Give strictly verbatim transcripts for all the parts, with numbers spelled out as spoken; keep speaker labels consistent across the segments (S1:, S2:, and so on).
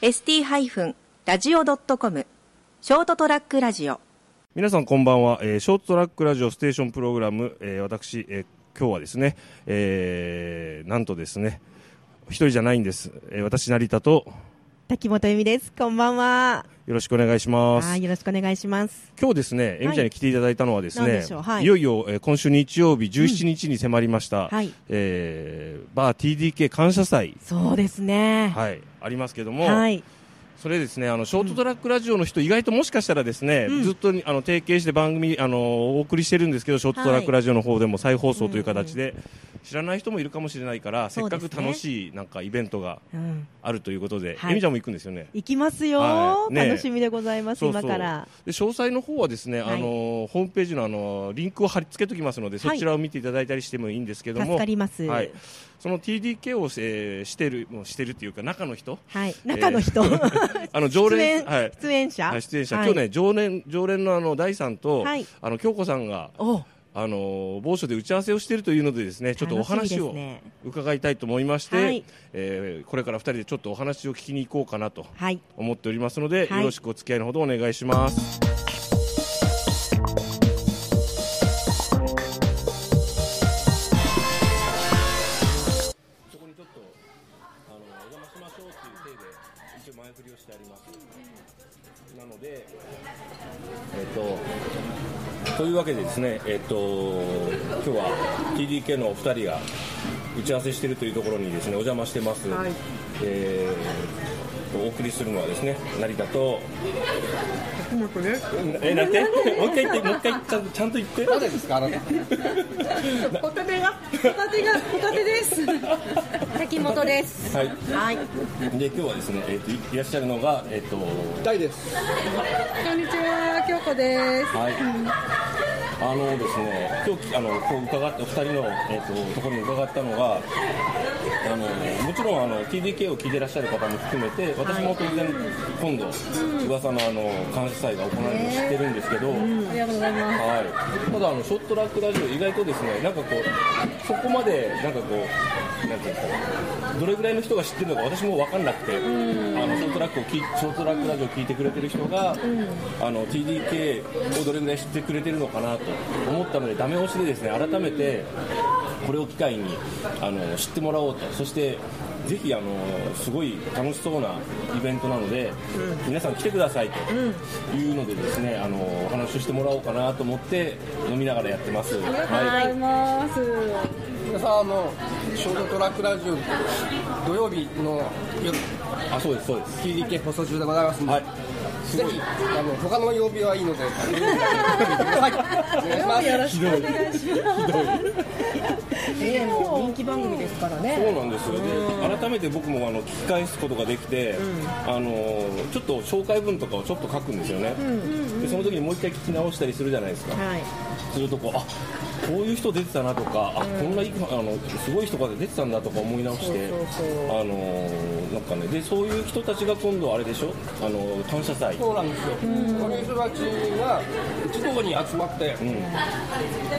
S1: エスティー ラジオ ドットコム ショートトラックラジオ。
S2: 皆さんこんばんは、えー、ショートトラックラジオステーションプログラム、えー、私、えー、今日はですね、えー、なんとですね一人じゃないんです、えー、私成田と
S3: 滝本由美です。こんばんは。
S2: よろしくお願いします。
S3: はい、よろしくお願いします。
S2: 今日ですね、由美ちゃんに来ていただいたのはですね、
S3: はい、
S2: いよいよ、えー、今週日曜日じゅうしちにちに迫りました、
S3: うん、はい、
S2: えー、バー ティーディーケー 感謝祭、
S3: そうですね、
S2: はい、ありますけども、
S3: はい、
S2: それですね、あのショートトラックラジオの人、うん、意外ともしかしたらですね、うん、ずっとあの提携して番組あのお送りしてるんですけど、ショートトラックラジオの方でも再放送という形で、はい、知らない人もいるかもしれないから、せっかく楽しいなんかイベントがあるということで、
S3: うん、
S2: 由美ちゃんも行くんですよね。
S3: 行きますよ、はいね、楽しみでございます。そうそう、今から
S2: で詳細の方はですね、はい、あのホームページのあのリンクを貼り付けておきますので、そちらを見ていただいたりしてもいいんですけども、
S3: 助かります。
S2: はい、その ティーディーケー を、えー、してるもうしてるっていうか中の人、
S3: はい、中の人、えー、
S2: あの常連
S3: 出演、はい、出演者、
S2: はい、出演者、はい、今日ね常連常連のあの大さんと、
S3: はい、あ
S2: の京子さんがあの某所で打ち合わせをしているというのでですね、ちょっとお話を伺いたいと思いまして、はい、えー、これからふたりでちょっとお話を聞きに行こうかなと思っておりますので、はい、よろしくお付き合いのほどお願いします。そこにちょっとあのお邪魔しましょうという体で一応前振りをしてあります。なので、えっと、というわけでですね、えっと、今日は ティーディーケー のお二人が打ち合わせしているというところにですね、お邪魔してます。はい、えー、お送りするのはですね、成田と
S4: 滝本です。
S2: え、なんてもう一回言って、もう一回ちゃん、ちゃんと言って。
S4: 誰ですか、あなた。ホタテが、ホタテが、ホタテです。滝本です。
S2: はい。
S3: はい。
S2: で、今日はですね、えっと、いらっしゃるのが、えっと、
S4: 大です。
S5: こんにちは、京子です。
S2: はい。あのですね、今日あのこう伺ってお二人の、えー、とところに伺ったのが、あのもちろんあの ティーディーケー を聞いていらっしゃる方も含めて、私も当然今度、うん、噂のあの感謝祭が行われるのを知ってるんですけど、
S5: うん、ありがとうございます。
S2: はい、ただあのショートトラックラジオ意外とですね、なんかこうそこまでなんかこうなんていうんですか、どれぐらいの人が知ってるのか私も分かんなくて、うん、あのショートトラックを聞ショートトラックラジオを聞いてくれてる人が、うん、あの ティーディーケー をどれぐらい知ってくれてるのかなと思ったので、ダメ押しでですね、改めてこれを機会にあの知ってもらおうと、そしてぜひあのすごい楽しそうなイベントなので、うん、皆さん来てくださいというのでですね、あのお話をしてもらおうかなと思って飲みながらやってます。
S5: ありがとうございます。はい、
S4: 皆さん、あのショートトラックラジオ土曜日の夜、
S2: あ、そうですそうです、
S4: ティーディーケー 放送中でございますので、はい、ぜひあの他の曜日はいいので、はい、お願いします。
S5: よろしくお願いします。
S2: ひどい
S5: えー、もう人気番組ですからね。
S2: そうなんですよね。改めて僕もあの聞き返すことができて、うん、あのちょっと紹介文とかをちょっと書くんですよね、うんうんうん、でその時にもう一回聞き直したりするじゃないですか、はい、するとこう、あ、こういう人出てたなとか、あ、こんないいあのすごい人が出てたんだとか思い直して、そうそうそう、あのなんかね、でそういう人たちが今度あれでしょ、あの感謝祭。
S4: そうなんですよ、うん、こういう人たちが一堂に集まって、うん、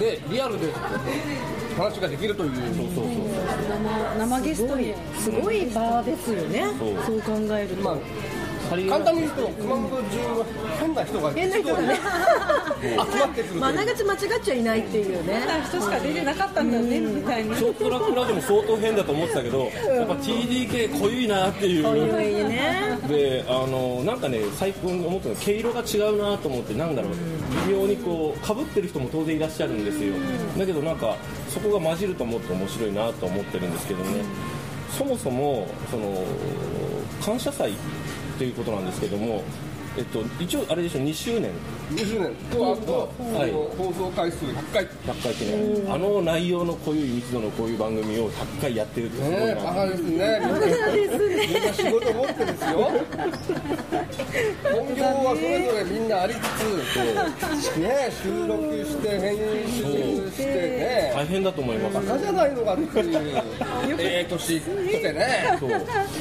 S4: でリアルで話ができるという、そうそうそう、
S5: 生ゲストにすごい場ですよね、そう、そう考えると、まあ、
S4: 簡単に言うと熊本中は変な人が
S5: 変な人がね
S4: 集まってくる、
S5: まあ、ながち間違っちゃいないっていうね、変な人しか出てなかったんだね、うん、みたいな。
S2: ショートトラックラジオも相当変だと思ってたけど、うん、やっぱ ティーディーケー 濃ゆいなっていう、
S5: 濃ゆいね。
S2: で、あのなんかね、最近思ったのは毛色が違うなと思って、なんだろう、微妙にこう被ってる人も当然いらっしゃるんですよ、うん、だけどなんかそこが混じると思って面白いなと思ってるんですけどね、うん、そもそもその感謝祭ということなんですけども、えっと、一応あれでしょ、にしゅうねん
S4: にしゅうねんと、あと、はい、放送回数ひゃっかいひゃっかい記念、
S2: あの内容の濃い密度のこういう番組をひゃっかいやってるってすごいな、
S4: ね、バカですね、みんなみんな仕事持ってですよ本業はそれぞれみんなありつつ、ね、収録して編集してね、
S2: 大変だと思います。
S4: バカじゃないのかっていうええ年とてね、そう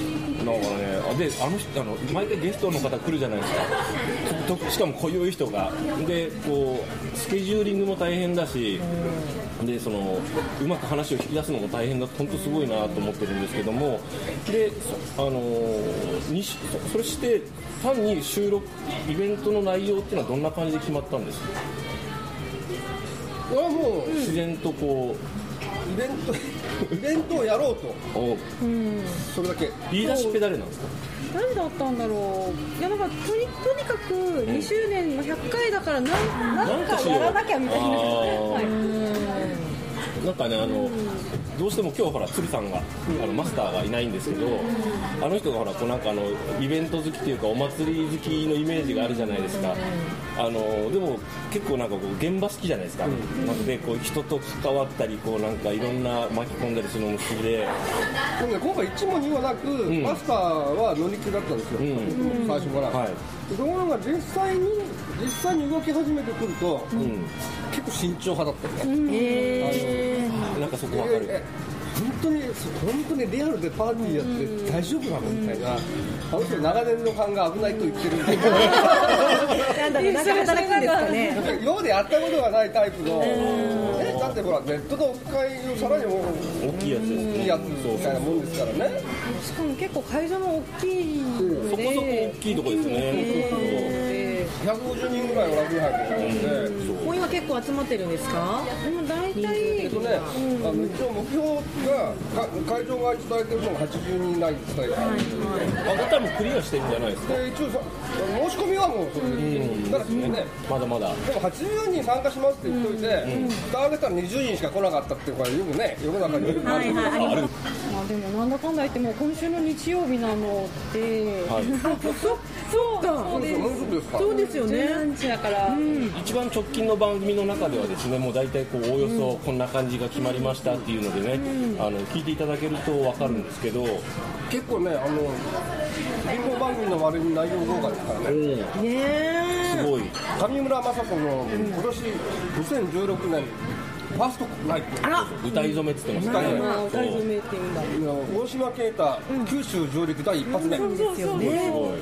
S2: からね、であの人あの毎回ゲストの方来るじゃないですか。としかも濃い人がでこうスケジューリングも大変だし、でそのうまく話を引き出すのも大変だ。本当すごいなと思ってるんですけども、であのにそそれして単に収録イベントの内容っていうのはどんな感じで決まったんですか？
S4: これはもう
S2: 自然とこ
S4: イベントイベントをやろうと、
S2: う
S5: うん
S4: それだけ。
S2: 言い出しっぺ誰なんですか？
S5: 何だったんだろう。いやなんかとにとにかくにしゅうねんのひゃっかいだからなんなんかやらなきゃみたいな。
S2: あー
S5: はい
S2: なんかねあのどうしても今日ほら鶴さんがあのマスターがいないんですけど、あの人がほらこうなんかあのイベント好きというかお祭り好きのイメージがあるじゃないですか。あのでも結構なんかこう現場好きじゃないですか。なのでこう人と関わったりこうなんかいろんな巻き込んだりするのも好きで、
S4: でもね、今回一問二はなく、
S2: ん
S4: マスターは乗り気だったんですよ、
S2: うん
S4: 最初から、
S2: はい
S4: ところが実際に実際に動き始めてくると、
S2: うん
S4: 結構慎重派だったよね、
S5: え
S2: あなんかそこわかる。
S4: ええ本当に本当にリアルでパーティーやって大丈夫なのみたいな、あの人長年の勘が危ないと言ってるみたいな
S3: なんだろう、なんか働くんですかね。
S4: 今までやったことがないタイプの、えだってほらネットのオフ会のさらに
S2: 大きいやつです
S4: 大きいやつみたいなもんですからね。
S5: しかも結構会場も大きいので
S2: そこそこ大きいとこですね。
S4: ひゃくごじゅうにんぐらいは楽に入ってるので、
S3: もう今結構集まってるんですか？
S5: でも大体
S4: えっとね、あの一応目標がか会場がいただいてるのがはちじゅうにんないんですから、
S2: あだったらもうクリアしてるんじゃないですか。
S4: で一応さ申し込みはもうそれで、だからね、
S2: まだまだ。
S4: でもはちじゅうよんにん参加しますって言っといて、蓋開けたらにじゅうにんしか来なかったっていうからよくね、世の中によくある、
S2: ある。
S5: まあでもなんだかんだ言ってもう今週の日曜日なので、
S2: はい。
S5: そうか
S4: そうですよ、もうすぐですか。
S3: そうですよ
S5: じゅう
S3: ね。
S5: 何日だから、
S2: 一番直近の番組の中ではですね、もう大体こうおおよそこんな感じが決まりましたっていうのでね、あの聞いていただけると分かるんですけど、
S4: 結構ね、あの貧乏番組の割に内容豪華ですからね。
S3: ねえ。
S2: すごい。
S4: 上村雅子の今年にせんじゅうろくねんファーストナイト、
S2: 歌い初めって言ってますね。
S5: まあお買い初めっていうんだ。
S4: 大島啓太、九州上陸第一発目、ね、
S3: ですよね。
S2: すごい。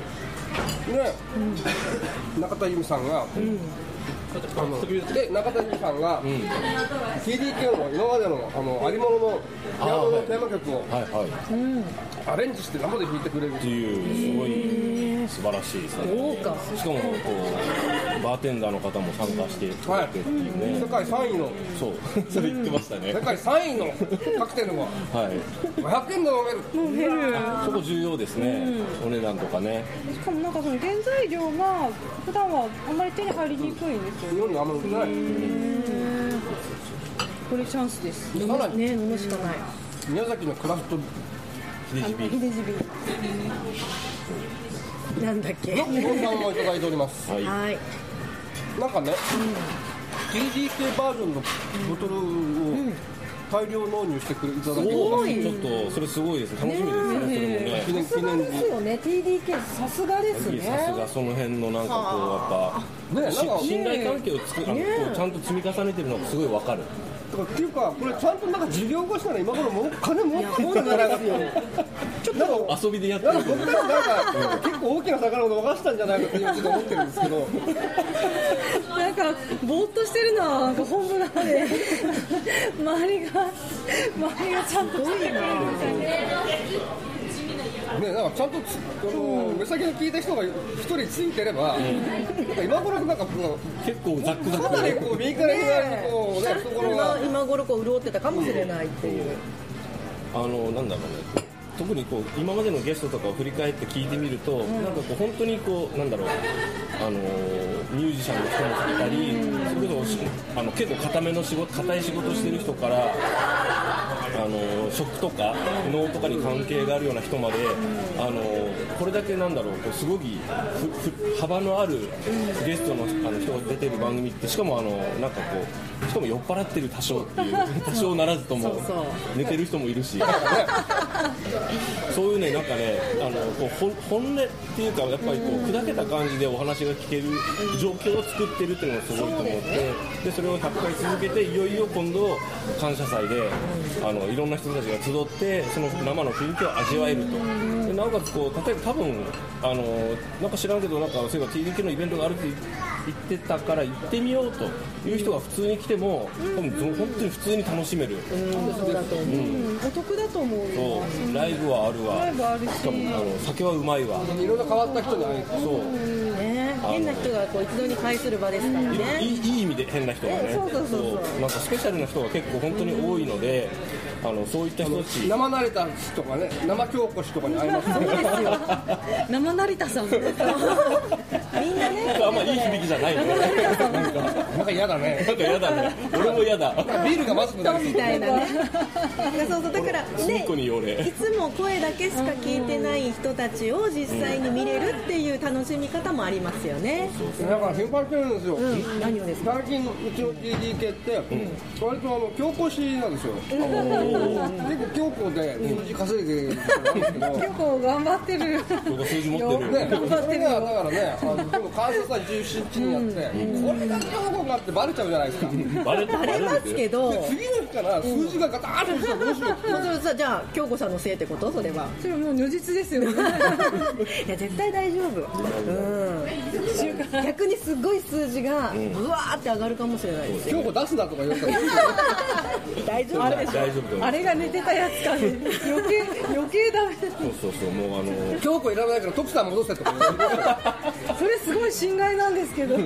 S4: 中田由美さんが、あので中田由美さんが、ティーディーケー の今までのあのありもののピアノのテーマ曲を
S2: はいはい。
S4: アレンジして生で弾いてくれる
S2: っていうすごい素晴らしいですね。
S3: 豪華。
S2: しかもこうバーテンダーの方も参加してくれてっていうね。
S4: 世界さんいの
S2: そうそれ言ってましたね。
S4: 世界さんいのカクテルは
S2: はい。
S4: ごひゃくえんで飲める。
S2: そこ重要ですね。お値段とかね。
S5: しかもなんかその原材料が普段はあんまり手に入りにくいんですよね。
S4: 日本にあんまり売ってない。
S5: これチャンスです。
S4: さらに
S3: ね、飲むしかない。
S4: 宮崎のクラフト
S2: 秀
S5: あの
S2: ジビ
S5: 秀ジビ
S3: なんだっけ。
S4: のご飯をいただいております。
S2: はい。
S3: はい。
S4: なんかね、ティーディーケー バージョンのボトルを大量納入してくれいただいて
S2: お
S4: ます。
S2: ーちょっとそれすごいですね。楽しみですね。それもね。
S4: 記念記念
S5: ですよね。ティーディーケー さすがですね。
S2: さすがその辺のなんかこうやっぱ
S4: ね、なんか
S2: し信頼関係をつくあのこうちゃんと積み重ねてるのがすごいわかる。
S4: とかっていうか、これちゃんとなんか事業化したら今頃もう金持ってるんじゃないかっていう。ちょっと
S2: 遊びでやってる
S4: なんか僕らなんか結構大きな魚を逃したんじゃないかっていうちょっと思ってるんですけど、
S5: なんかぼーっとしてるのはなんか本部なので周りが周りがちゃんとしてくれるみたいな。
S4: ね、なんかちゃんとつあの目先の聞いた人が一人ついてれば、なんか今頃なんか
S2: 結構ザックザ
S4: かなり
S2: ック
S4: こう右から左にこうね懐が
S3: 今頃こう潤ってたかもしれないっていう。
S2: あのなんだろうね。特にこう今までのゲストとかを振り返って聞いてみると、なんかこう本当にこうなんだろうあのミュージシャンの人もいたり、それこそあの結構固めの仕事固い仕事してる人から。あの食とか脳とかに関係があるような人まで、あのこれだけなんだろうこうすごくふふ幅のあるゲストのあの人が出てる番組って、しかもあのなんかこうしかも酔っ払ってる多少っていう多少ならずとも
S3: そうそう
S2: 寝てる人もいるしそういうねなんかねあのこう本音っていうかやっぱりこう砕けた感じでお話が聞ける状況を作ってるっていうのがすごいと思って、でそれをひゃっかい続けていよいよ今度感謝祭であののいろんな人たちが集ってその生の雰囲気を味わえると、でなおかつこう例えば多分あのなんか知らんけどなんかそういえば ティーディーケー のイベントがあるって言ってたから行ってみようという人が普通に来ても、多分本当に普通に楽しめる、
S5: そうだと思う、うん、お得だと思うよ。
S2: そうライブはあるわ、
S5: ライブあるし、
S2: しかもあの酒はうまいわ、
S4: いろんな変わった人に会える。
S2: そう、
S1: ね、変な人がこう一堂に会する場ですからね。
S2: いい、いい意味で変な人がね、
S1: そうそうそうそう
S2: そうなんかスペシャルな人が結構本当に多いので、あのそういった人たち
S4: 生慣れた人がね、生京子とかに会いますね。
S5: そうですよ。生成田さんもね。
S1: みんなね、
S2: あんまいい響きじゃないね。
S4: なんか嫌だね。
S2: なんか嫌だね。俺も嫌だ。
S4: ビールがマスクだ
S1: みたいなね。そうそうだからね、
S2: によれ
S1: いつも声だけしか聞いてない人たちを実際に見れるっていう楽しみ方もありますよね。
S4: だから頻繁にしてるんですよ。
S1: うん、何をですか。
S4: 最近うちの ティーディーケー って割とあの強行しなんですよ。結構強行で数字稼いでるからなんですけど。
S5: 結構頑張ってる。
S2: 僕は数字持ってる。
S4: ね、それがだからね、あのでも関節はじゅうしちにちにやって、これが強行になってバレちゃうじゃないですか。
S2: バレ
S1: バレますけど。
S4: 次の日から数字がガタッとしたらどうしよう。
S1: そうそうそうじゃあ京子さんのせいってことそれは。
S5: それもう如実ですよね。
S1: いや絶対大丈夫。うん。逆にすごい数字がブワーって上がるかもしれないですよ。
S4: 京子出すなとか言われたら
S1: 大丈夫でしょ。
S2: 大丈夫。
S5: あれが寝てたやつかね。余計余計ダメ。
S2: そうそうそうもうあの
S4: 京子いらないから徳さん戻せとか言われて。
S5: それすごい侵害なんですけど。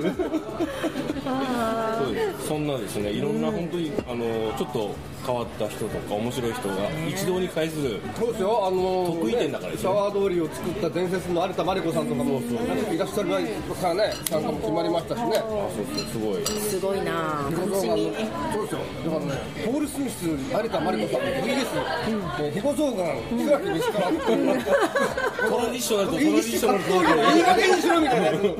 S2: そうですそんなですねいろんな本当にあのちょっと変わった人とか面白い人が一堂に会する
S4: そうですよ、あの
S2: 得意点だからですよ
S4: シャワー通りを作った伝説の有田真理子さんとかもいらっしゃるからね、参加も決まりましたしね。
S2: あそうそうすごい
S1: すごいな
S4: そうですよ、だからね、ポール・スミス、有田真理子さん、ブイエス、ヒゴゾウガン、岩木西川っていう
S2: トラディショナルとトラディショナルと
S4: いい加減にしろみたいなやつ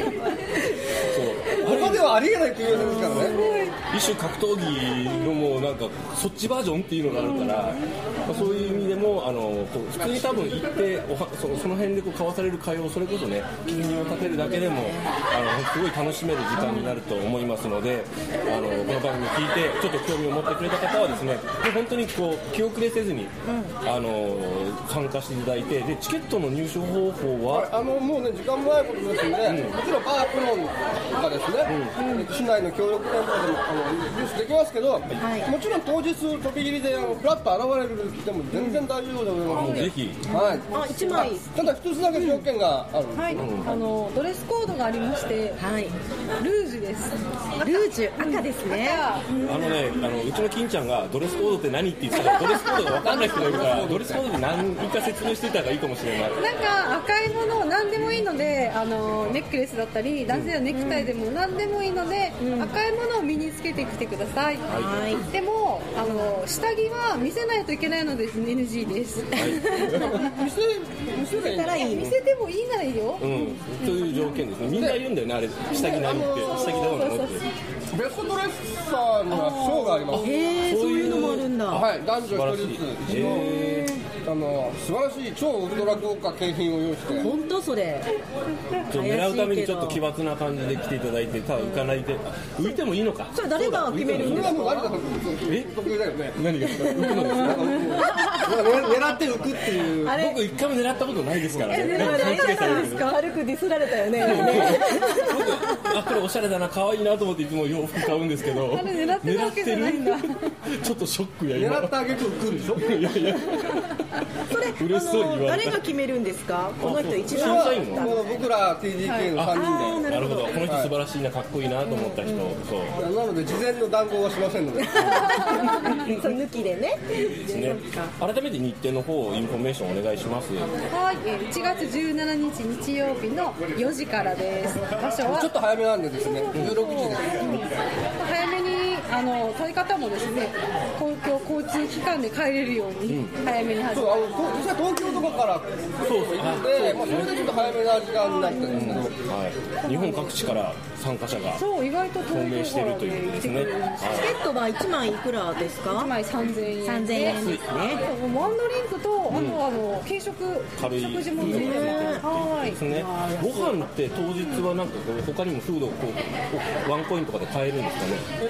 S4: 他ではありえないっていうやつですからね。
S2: 一種格闘技のもうなんかそっちバージョンっていうのがあるから、まあ、そういう意味でもあのこう普通に多分行っておは そ, その辺でこう交わされる会話をそれこそね聞きを立てるだけでもあのすごい楽しめる時間になると思いますので、あのこの番組聞いてちょっと興味を持ってくれた方はですねもう本当にこう気遅れせずに、うん、あの参加していただいてでチケットの入手方法は
S4: あのもうね時間もないことですので、うん、もちろんバープロンとかですね、うん、市内の協力店舗でもあの入手できますけど、はい、もちろん当日飛び切りであのフラッと現れるっても全然大丈夫でございますので、
S2: ぜひ、
S4: はい、
S1: あいちまい
S4: ただ一つだけ条件がある、
S5: はい、うん、あのドレスコードがありまして、はい、ルージュです。
S1: ルージュ赤ですね。
S2: あのねあのうちの金ちゃんがドレスコードって何って言ってたらドレスコードが分かんない人がいるからドレスコードで何か説明していた方がいいかもしれない。
S5: なんか赤いもの何でもいいのであのネックレスだったり男性のネクタイでも何でもいいので、うん、赤いものを身につけてきてください、はい、でもあの下着は見せないといけないので エヌジー です、はい、
S4: 見せ見せたらいい
S5: 見せてもいいならいいよ、
S2: うん、という条件ですね。みんな言うんだよねあれ下着何って下着だもんねって
S4: ベストドレッサーには賞があります。
S1: へーそういうのもあるんだ。
S4: はい男女一人ずつ一応あの素晴らしい超ウルトラ豪華景品を用意して
S1: 本当それ
S2: 狙うためにちょっと奇抜な感じで来ていただいてただ浮かないで浮いてもいいのか
S1: それ誰が決めるんですか。
S4: え得意だよね。
S2: 何が浮くのですか
S4: 狙って浮くっていう
S2: 僕一回も狙ったことないですからね。
S1: 軽くディスられたよね
S2: 僕あこれおしゃれだな可愛いなと思っていつも洋服買うんですけど
S5: あれ狙ってるわけじゃないんだ
S2: ちょっとショックや今
S4: 狙ってあげて浮くんでしょ
S2: いやいや
S1: それ
S2: 嬉しそうに言われた。
S1: 誰が決めるんですかこの人一番
S4: もう僕ら ティーディーケー のさんにんで、
S2: なるほどこの人素晴らしいなかっこいいなと思った人、そう
S4: なので事前の談合はしませんので
S1: その抜きでね
S2: ですね。改めて日程の方インフォメーションお願いします。
S5: はい、いちがつじゅうしちにち日曜日のよじからです。場所は
S4: ちょっと早めなんでですねじゅうろくじです
S5: 早めにあの取り方もですね公共交通機関で帰れるように早めに始め
S4: そうあの実際東京とかからそうそう行ってまあそれでちょっと早めな時間になったんですけど、
S2: はい、日本各地から参加者が
S5: そう意外と
S2: 表明しているということですね。
S1: チケットはいちまいいくらですか。
S5: いちまいさんぜんえん
S1: さんぜんえんですね。
S5: ワンドリンクとあと、うん、あの軽食
S2: 軽い
S5: 食事もついててはい
S2: ですね。ご飯って当日はなんかこう他にもフードをこうワンコインとかで買えるんですかね。
S4: 買えます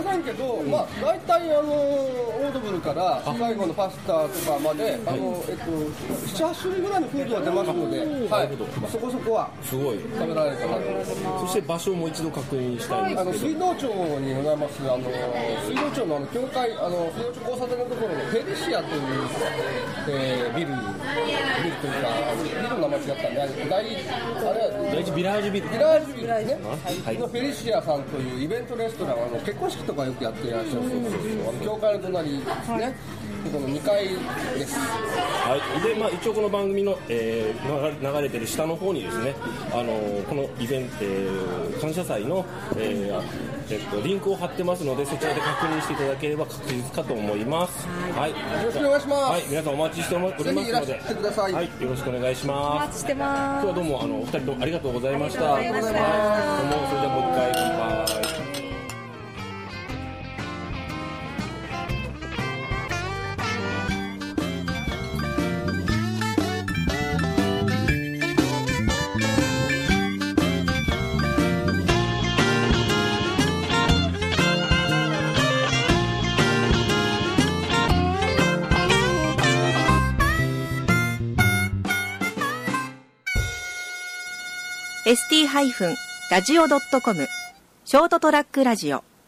S4: せんけど、まあ、大体あのオードブルから最後のパスタとかまであの、えっと、ななはち種類ぐらいのフードが出ますので、はいまあ、そこそこは
S2: すごい
S4: 食べられるかなと。
S2: そして場所をもう一度確認したいん
S4: あの
S2: ですけど、
S4: 水道庁にございますあの水道庁のあの教会あの水道庁交差点のところのフェリシアという、えー、ビルビルというかビルの名前違ったんで、大あれは
S2: 第一ビラージュビル
S4: ビラージュビルですね、
S2: はい
S4: のフェリシアさんというイベントレストラン、あの結婚式とかよくやっていらっしゃるそうですけど、あの教会の隣ですね、このにかいです。
S2: はい、で、まあ、一応この番組の、えー、流れてる下の方にですね、あのこのイベント、えー、感謝祭の、えーえっと、リンクを貼ってますので、そちらで確認していただければ確実かと思います。はい、
S4: よろしくお願いします。
S2: はい、皆さんお待ちしておりますので、
S4: ぜひいらしてください。
S2: はい、よろしくお願いし
S5: お
S2: ます。
S5: 待ちしてます。
S2: 今日はどうもあのお二人ともありがとうございました。
S5: ありがとうございました。
S2: はい、どうもそれではもう一回乾杯。
S6: エスティー ラジオ ドットコム ショートトラックラジオ